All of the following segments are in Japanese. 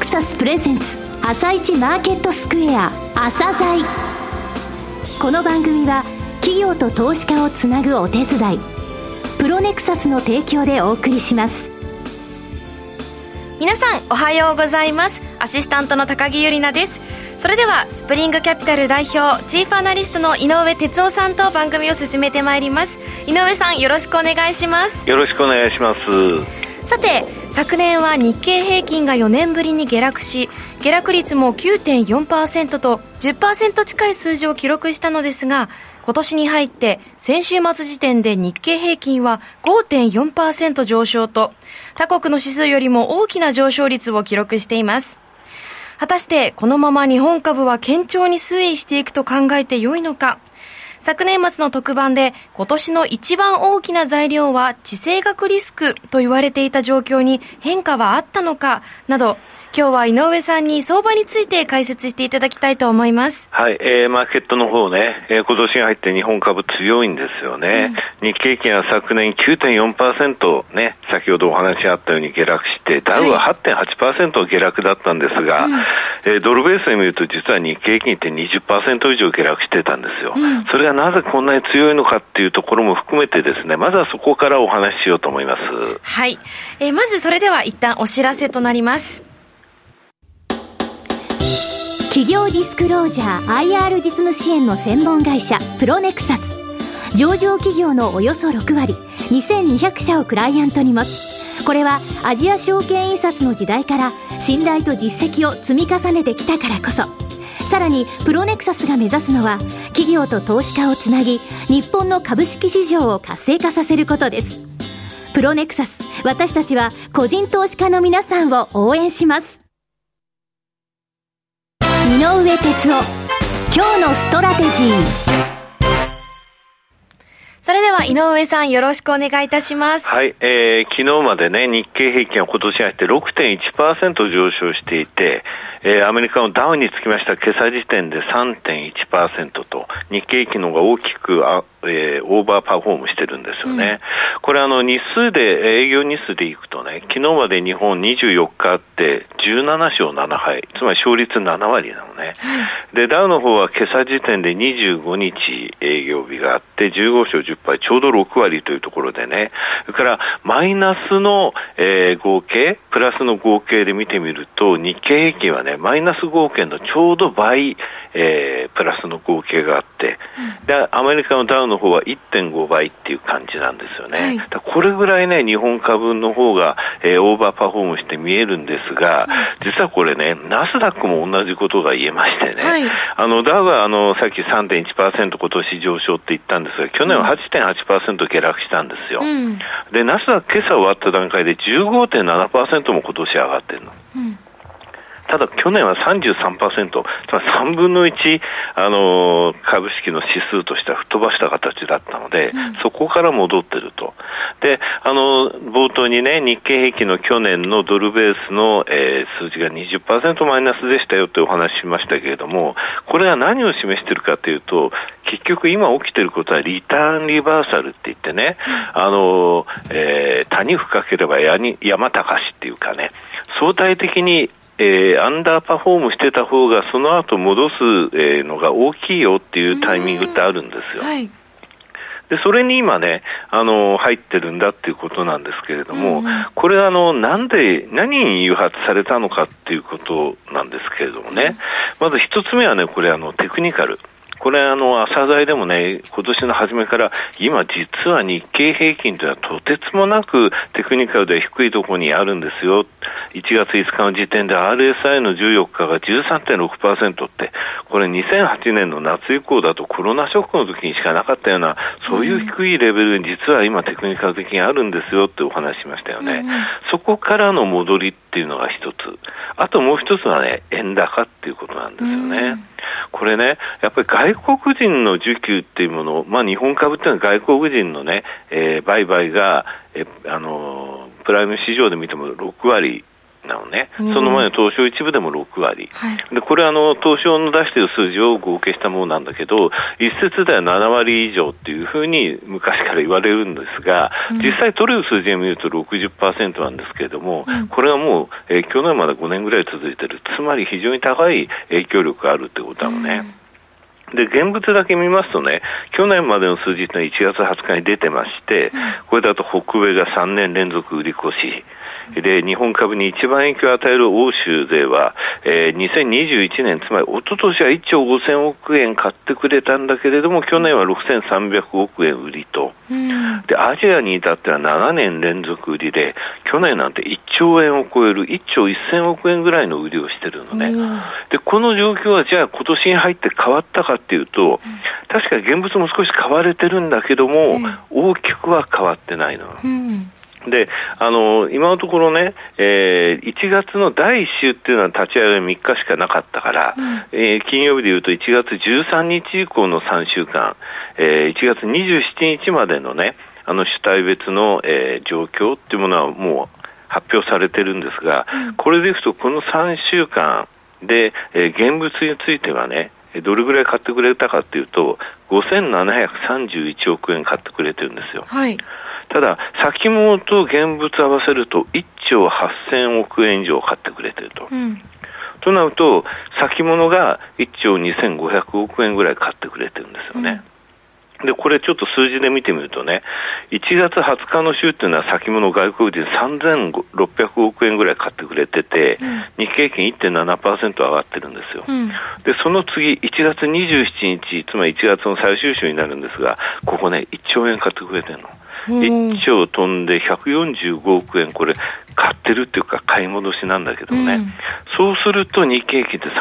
サスプレゼンツ朝一マーケットスクエア朝鮮。この番組は企業と投資家をつなぐお手伝いプロネクサスの提供でお送りします。 皆さんおはようございます。アシスタントの高木由里奈です。それではスプリングキャピタル代表チーフアナリストの井上哲夫さんと番組を進めてまいります。井上さん、よろしくお願いします。 よろしくお願いします。 さて、昨年は日経平均が4年ぶりに下落し、下落率も 9.4% と 10% 近い数字を記録したのですが、今年に入って先週末時点で日経平均は 5.4% 上昇と他国の指数よりも大きな上昇率を記録しています。果たしてこのまま日本株は堅調に推移していくと考えて良いのか。昨年末の特番で今年の一番大きな材料は地政学リスクと言われていた状況に変化はあったのかなど、今日は井上さんに相場について解説していただきたいと思います。 はい、マーケットの方ね、今年に入って日本株強いんですよね。日経平均は昨年 9.4% ね、先ほどお話あったように下落して、ダウは 8.8% 下落だったんですが、ドルベースで見ると実は日経平均って 20% 以上下落してたんですよ。それがなぜこんなに強いのかっていうところも含めてですね、まずはそこからお話ししようと思います。 はい、まずそれでは一旦お知らせとなります。 企業ディスクロージャー IR 実務支援の専門会社プロネクサス。上場企業のおよそ6割2200社をクライアントに持つ。これはアジア証券印刷の時代から信頼と実績を積み重ねてきたからこそ。さらにプロネクサスが目指すのは企業と投資家をつなぎ日本の株式市場を活性化させることです。プロネクサス、私たちは個人投資家の皆さんを応援します。井上哲夫、今日のストラテジー。 それでは井上さん、よろしくお願いいたします。 はい、昨日までね、日経平均は今年に入って 6.1% 上昇していて、アメリカのダウにつきましては今朝時点で 3.1% と日経平均の方が大きくオーバーパフォームしてるんですよね。これ日数で営業日数でいくとね、昨日まで日本24日あって17勝7敗、つまり勝率7割なのね。でダウの方は今朝時点で25日営業日があって15勝10敗、ちょうど6割というところでね。それからマイナスの、合計プラスの合計で見てみると日経平均はねマイナス合計のちょうど倍、プラスの合計があって、でアメリカのダウの方は 1.5 倍っていう感じなんですよね。だこれぐらいね日本株の方が、オーバーパフォームして見えるんですが、実はこれねナスダックも同じことが言えましてね、ダウはさっき 3.1% 今年上昇って言ったんですが、去年は 8.8% 下落したんですよ。でナスダック今朝終わった段階で 15.7% も今年上がってるの。ただ去年は 33%、つまり3分の1、株式の指数としては吹っ飛ばした形だったので、そこから戻ってると。で、冒頭にね、日経平均の去年のドルベースの、数字が 20% マイナスでしたよってお話ししましたけれども、これは何を示しているかというと、結局今起きていることはリターンリバーサルって言ってね、谷深ければ山高しっていうかね、相対的にアンダーパフォームしてた方がその後戻すのが大きいよっていうタイミングってあるんですよ。でそれに今ね入ってるんだっていうことなんですけれども、これは何に誘発されたのかっていうことなんですけれどもね、まず一つ目はね、これテクニカル。これ朝鮮でもね、今年の初めから今実は日経平均というのはとてつもなくテクニカルで低いところにあるんですよ。1月5日の時点で RSI の14日が 13.6% って、これ2008年の夏以降だとコロナショックの時にしかなかったような、そういう低いレベルに実は今テクニカル的にあるんですよってお話しましたよね。そこからの戻りっていうのが一つ。あともう一つはね、円高っていうことなんですよね。これね、やっぱり外国人の需給っていうものを、日本株っていうのは外国人のね、売買が、プライム市場で見ても6割なのね。その前の東証一部でも6割、でこれは東証の出している数字を合計したものなんだけど、一説では7割以上っていうふうに昔から言われるんですが、実際取れる数字を見ると 60% なんですけれども、これはもう、去年まで5年ぐらい続いている、つまり非常に高い影響力があるってことなのね。で現物だけ見ますとね、去年までの数字というのは1月20日に出てまして、これだと北米が3年連続売り越しで、日本株に一番影響を与える欧州勢は、2021年、つまり一昨年は1兆5000億円買ってくれたんだけれども、去年は6300億円売りと、でアジアに至っては7年連続売りで、去年なんて1兆円を超える1兆1000億円ぐらいの売りをしてるのね。でこの状況はじゃあ今年に入って変わったかっていうと、確かに現物も少し買われてるんだけども、大きくは変わってないの。で今のところね、1月の第1週っていうのは立ち上がり3日しかなかったから、金曜日でいうと1月13日以降の3週間、1月27日までのね、主体別の、状況っていうものはもう発表されてるんですが、これでいくとこの3週間で、現物についてはね、どれぐらい買ってくれたかっていうと5731億円買ってくれてるんですよ。ただ先物と現物合わせると1兆8000億円以上買ってくれてると、となると先物が1兆2500億円ぐらい買ってくれてるんですよね。でこれちょっと数字で見てみるとね、1月20日の週っていうのは先物外国人3600億円ぐらい買ってくれてて、日経平均 1.7% 上がってるんですよ。でその次1月27日、つまり1月の最終週になるんですが、ここね1兆円買ってくれてるの。1兆飛んで145億円、これ買ってるっていうか買い戻しなんだけどね、そうすると日経平均って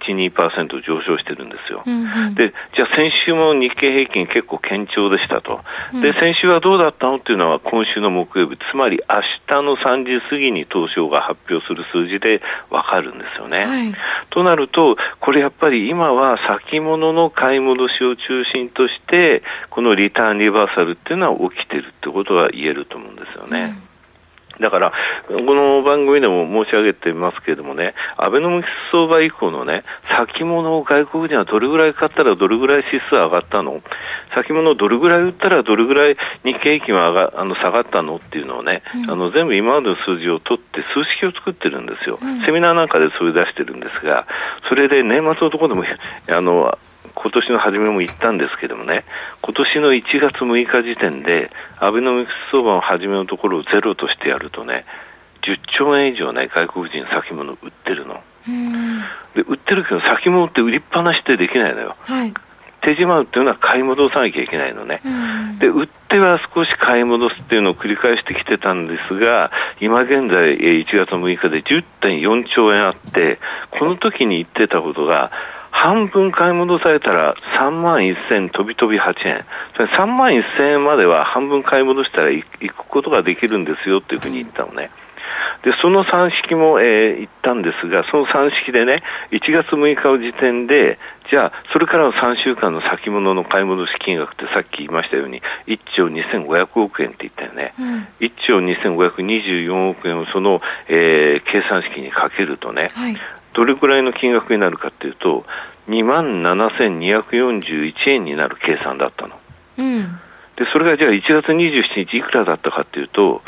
3.12% 上昇してるんですよ。でじゃあ先週も日経平均結構堅調でしたと。で先週はどうだったのっていうのは今週の木曜日、つまり明日の3時過ぎに東証が発表する数字でわかるんですよね。となるとこれやっぱり今は先物の買い戻しを中心としてこのリターンリバーサルっていうのは起きてるってことは言えると思うんですよね。だからこの番組でも申し上げてますけれどもね、アベノミクス相場以降のね、先物を外国人はどれぐらい買ったらどれぐらい指数上がったの、先物をどれぐらい売ったらどれぐらい日経平均は下がったのっていうのをね、全部今までの数字を取って数式を作ってるんですよ。セミナーなんかでそれ出してるんですが、それで年末のところでも今年の初めも言ったんですけどもね、今年の1月6日時点でアベノミクス相場の初めのところをゼロとしてやるとね、10兆円以上ね外国人先物売ってるの。で売ってるけど先物って売りっぱなしってできないのよ。手締まうっていうのは買い戻さなきゃいけないのね。で売っては少し買い戻すっていうのを繰り返してきてたんですが、今現在1月6日で 10.4 兆円あって、この時に言ってたことが半分買い戻されたら3万1000飛び飛び8円、それ3万1000円までは半分買い戻したら行くことができるんですよというふうに言ったのね。でその算式も、言ったんですが、その算式でね、1月6日の時点でじゃあそれからの3週間の先物の買い戻し金額ってさっき言いましたように1兆2500億円って言ったよね。1兆2524億円をその、計算式にかけるとね、どれくらいの金額になるかっていうと27,241円になる計算だったの。でそれがじゃあ1月27日いくらだったかっていうと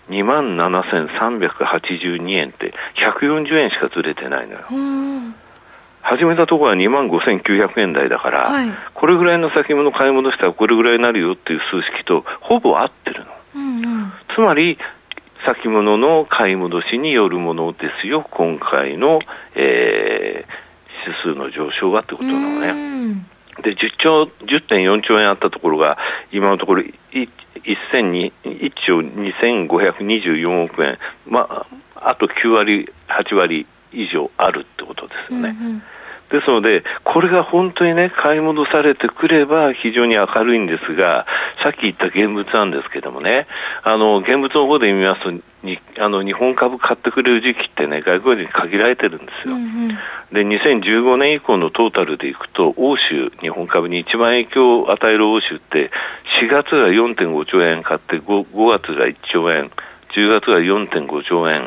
27,382円って140円しかずれてないのよ。始めたところは25,900円台だから、これぐらいの先物買い戻したらこれぐらいになるよっていう数式とほぼ合ってるの。つまり先物の買い戻しによるものですよ、今回の、指数の上昇はってことなのね。で10.4 兆円あったところが今のところ1兆2524億円、あと9割8割以上あるってことですよね。ですのでこれが本当にね買い戻されてくれば非常に明るいんですが、さっき言った現物なんですけどもね、現物の方で見ますと日本株買ってくれる時期ってね外国人に限られてるんですよ。で2015年以降のトータルでいくと欧州日本株に一番影響を与える欧州って4月が 4.5 兆円買って 5月が1兆円、10月が 4.5 兆円、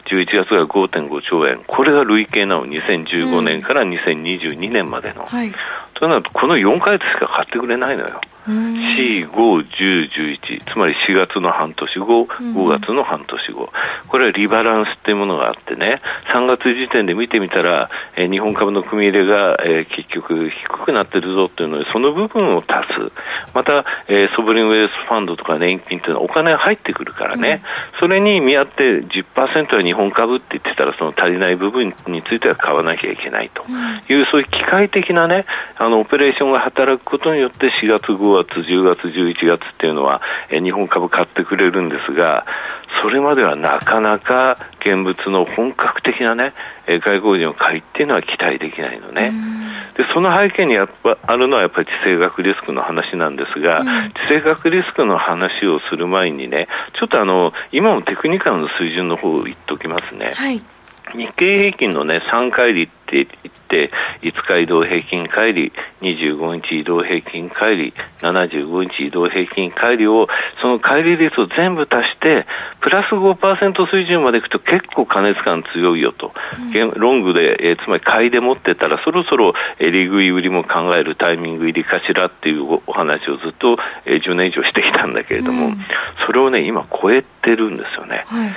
11月が 5.5 兆円、これが累計なの、2015年から2022年までの、はい、となるとこの4ヶ月しか買ってくれないのよ。4、5、10、11、つまり4月の半年後、5月の半年後、これはリバランスっていうものがあってね、3月時点で見てみたら、日本株の組み入れが、結局低くなってるぞっていうので、その部分を足す、また、ソブリンウェルスファンドとか年金っていうのはお金が入ってくるからね、それに見合って 10% は日本株って言ってたら、その足りない部分については買わなきゃいけないという、そういう機械的なね、オペレーションが働くことによって4月、5月、10月、11月っていうのは、日本株買ってくれるんですが、それまではなかなか現物の本格的なね、外国人の買いっていうのは期待できないのね。で、その背景にあるのはやっぱり地政学リスクの話なんですが、地政学リスクの話をする前にね、ちょっと今のテクニカルの水準の方を言っておきますね。はい、日経平均のね、3乖離って言って5日移動平均乖離、25日移動平均乖離、75日移動平均乖離を、その乖離率を全部足してプラス 5% 水準までいくと結構過熱感強いよと、ロングで、つまり買いで持ってたらそろそろ利食い売りも考えるタイミング入りかしらっていうお話をずっと10年以上してきたんだけれども、それをね今超えてるんですよね。はい、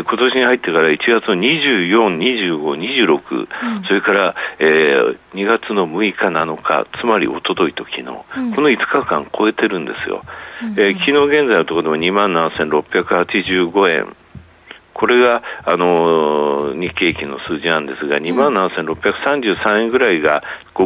今年に入ってから1月の24、25、26、それから、2月の6日、7日、つまり一昨日と昨日、この5日間超えてるんですよ。昨日現在のところでも 27,685 円。これが、日経平均の数字なんですが、27,633 円ぐらいが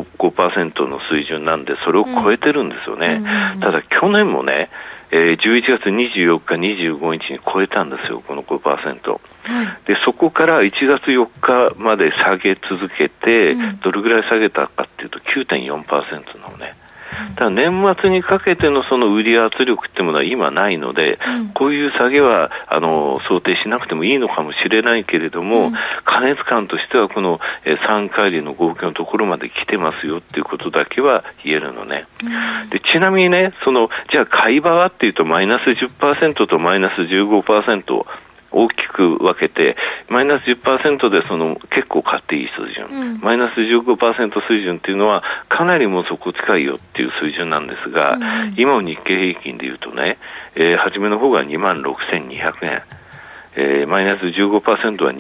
5% の水準なんで、それを超えてるんですよね。ただ去年もね、11月24日、25日に超えたんですよ、この 5%。で、そこから1月4日まで下げ続けて、どれぐらい下げたかっていうと 9.4% なのね。ただ年末にかけてのその売り圧力っていうものは今ないので、こういう下げは想定しなくてもいいのかもしれないけれども、過熱感としてはこの3乖離の合計のところまで来てますよっていうことだけは言えるのね。で、ちなみにね、じゃあ買い場はっていうとマイナス 10% とマイナス 15%大きく分けて、マイナス 10% で結構買っていい水準、マイナス 15% 水準っていうのはかなりもうそこ近いよっていう水準なんですが、今の日経平均でいうとね、初めの方が 26,200 円、マイナス 15% は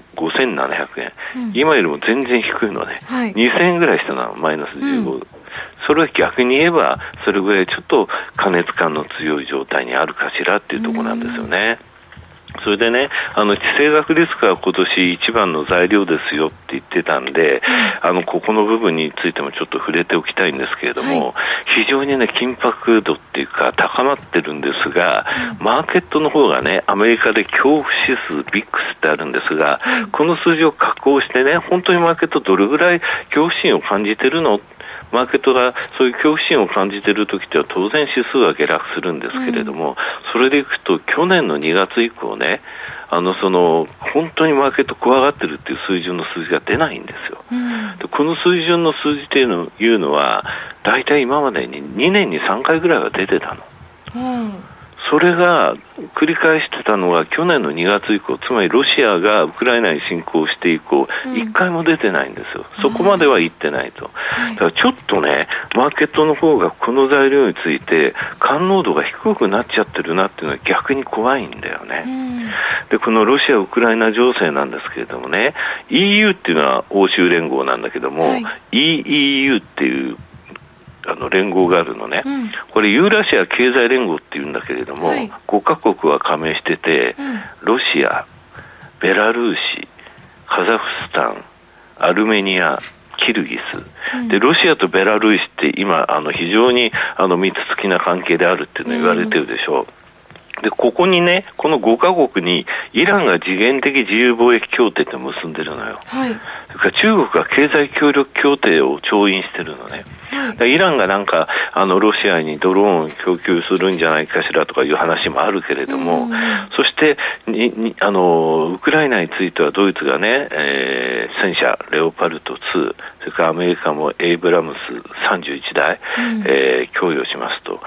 25,700 円、今よりも全然低いのね、2000円ぐらいしたの、マイナス15、それは逆に言えばそれぐらいちょっと過熱感の強い状態にあるかしらっていうところなんですよね。それでね、地政学リスクは今年一番の材料ですよって言ってたんで、ここの部分についてもちょっと触れておきたいんですけれども、非常にね、緊迫度っていうか高まってるんですが、マーケットの方がね、アメリカで恐怖指数ビックスってあるんですが、この数字を加工してね、本当にマーケットどれぐらい恐怖心を感じてるの、マーケットがそういう恐怖心を感じているときっては当然指数は下落するんですけれども、それでいくと去年の2月以降ね、本当にマーケット怖がってるっていう水準の数字が出ないんですよ。で、この水準の数字っていうのはだいたい今までに2年に3回ぐらいは出てたの。それが繰り返してたのが去年の2月以降、つまりロシアがウクライナに侵攻して以降、1回も出てないんですよ。そこまでは行ってないと。だからちょっとね、マーケットの方がこの材料について感濃度が低くなっちゃってるなっていうのは逆に怖いんだよね。で、このロシア・ウクライナ情勢なんですけれどもね、EU っていうのは欧州連合なんだけども、EEU っていう連合があるのね、これユーラシア経済連合っていうんだけれども、5カ国は加盟してて、ロシア、ベラルーシ、カザフスタン、アルメニア、キルギス、でロシアとベラルーシって今非常に密付きな関係であるっていうの言われてるでしょう。で、ここにね、この5カ国にイランが時限的自由貿易協定って結んでるのよ。それから中国が経済協力協定を調印してるのね。イランがなんかロシアにドローンを供給するんじゃないかしらとかいう話もあるけれども、そしてウクライナについてはドイツがね、戦車レオパルト2、それからアメリカもエイブラムス31台、供与しますと。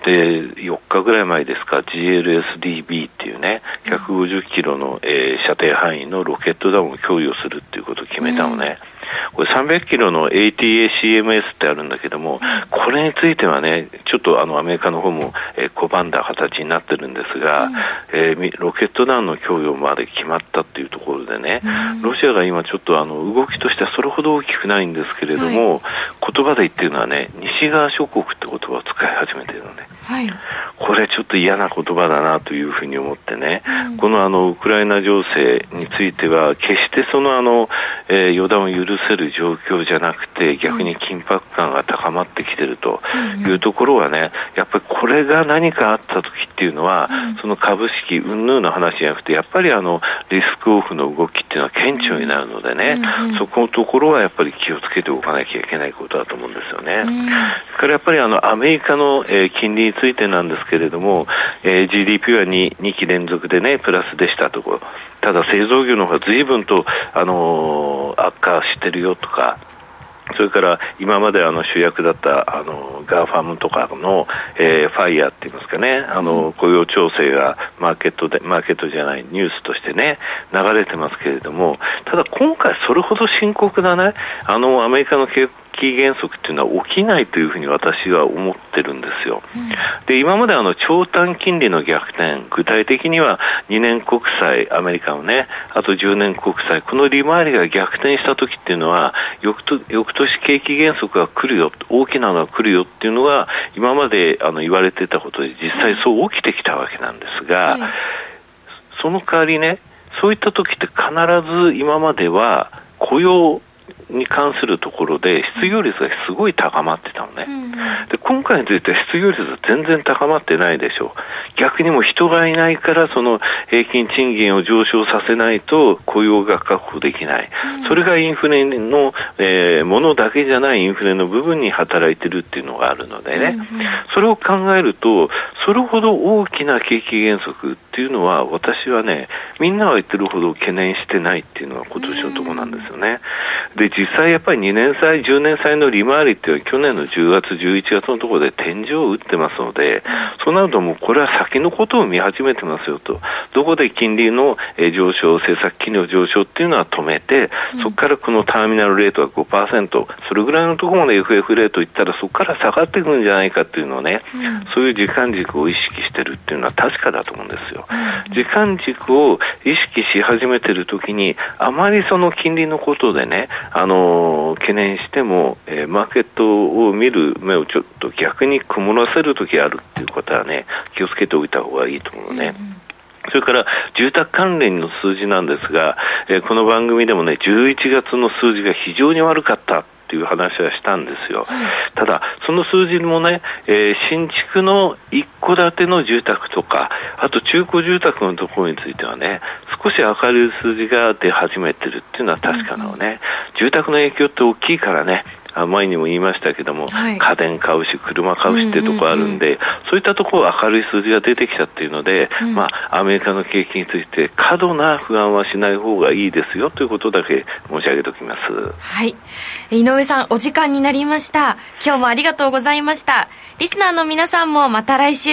で、4日ぐらい前ですか、GLSDB っていうね、150キロの、射程範囲のロケット弾を供与するっていうことを決めたのね。これ300キロの ATACMS ってあるんだけども、これについてはね、ちょっとアメリカの方も、拒んだ形になってるんですが、ロケット弾の供与まで決まったっていうところでね、ロシアが今ちょっと動きとしてはそれほど大きくないんですけれども、言葉で言ってるのはね、西側諸国って言葉を使い始めてるのね。これちょっと嫌な言葉だなというふうに思ってね、このウクライナ情勢については決してその予断を許せる状況じゃなくて、逆に緊迫感が高まってきているというところはね、やっぱりこれが何かあった時っていうのは、その株式云々の話じゃなくて、やっぱりリスクオフの動きっていうのは顕著になるのでね、そこのところはやっぱり気をつけておかなきゃいけないことだと思うんですよね。それからやっぱりアメリカの、金利についてなんですけれども、GDP は 2期連続でねプラスでしたところ、ただ製造業の方が随分と、悪化してるよとか、それから今まで主役だったガーファムとかの、ファイヤーって言いますかね、雇用調整がマーケットじゃないニュースとしてね流れてますけれども、ただ今回それほど深刻なねアメリカの景気減速っていうのは起きないというふうに私は思ってるんですよ。で、今まで長短金利の逆転、具体的には2年国債アメリカのね、あと10年国債、この利回りが逆転した時っていうのは翌年景気減速が来るよ、大きなのが来るよっていうのが今まで言われてたことで実際そう起きてきたわけなんですが、その代わりね、そういった時って必ず今までは雇用に関するところで失業率がすごい高まってたのね。で、今回については失業率は全然高まってないでしょう。逆にも人がいないからその平均賃金を上昇させないと雇用が確保できない。それがインフレの、ものだけじゃないインフレの部分に働いてるっていうのがあるのでね、それを考えるとそれほど大きな景気減速っていうのは私はね、みんなが言ってるほど懸念してないっていうのが今年のところなんですよね。で、実際やっぱり2年債10年債の利回りっていうのは去年の10月11月のところで天井を打ってますので、そうなるともうこれは先のことを見始めてますよと。どこで金利の上昇、政策金利の上昇っていうのは止めて、そこからこのターミナルレートが 5%、それぐらいのところまで FF レートいったらそこから下がっていくんじゃないかっていうのをね、そういう時間軸を意識してるっていうのは確かだと思うんですよ。時間軸を意識し始めてるときにあまりその金利のことでね、懸念しても、マーケットを見る目をちょっと逆に曇らせるときあるっていうことはね、気をつけておいた方がいいと思うね。それから住宅関連の数字なんですが、この番組でもね、11月の数字が非常に悪かったっていう話はしたんですよ。ただその数字もね、新築の一戸建ての住宅とか、あと中古住宅のところについてはね、少し明るい数字が出始めてるっていうのは確かなのね。住宅の影響って大きいからね、前にも言いましたけども、家電買うし車買うしってとこあるんで、そういったところ明るい数字が出てきたっていうので、アメリカの景気について過度な不安はしない方がいいですよということだけ申し上げておきます。 はい、井上さんお時間になりました。今日もありがとうございました。リスナーの皆さんもまた来週。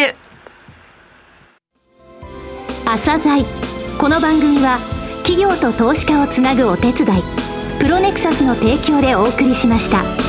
朝鮮、この番組は企業と投資家をつなぐお手伝いプロネクサスの提供でお送りしました。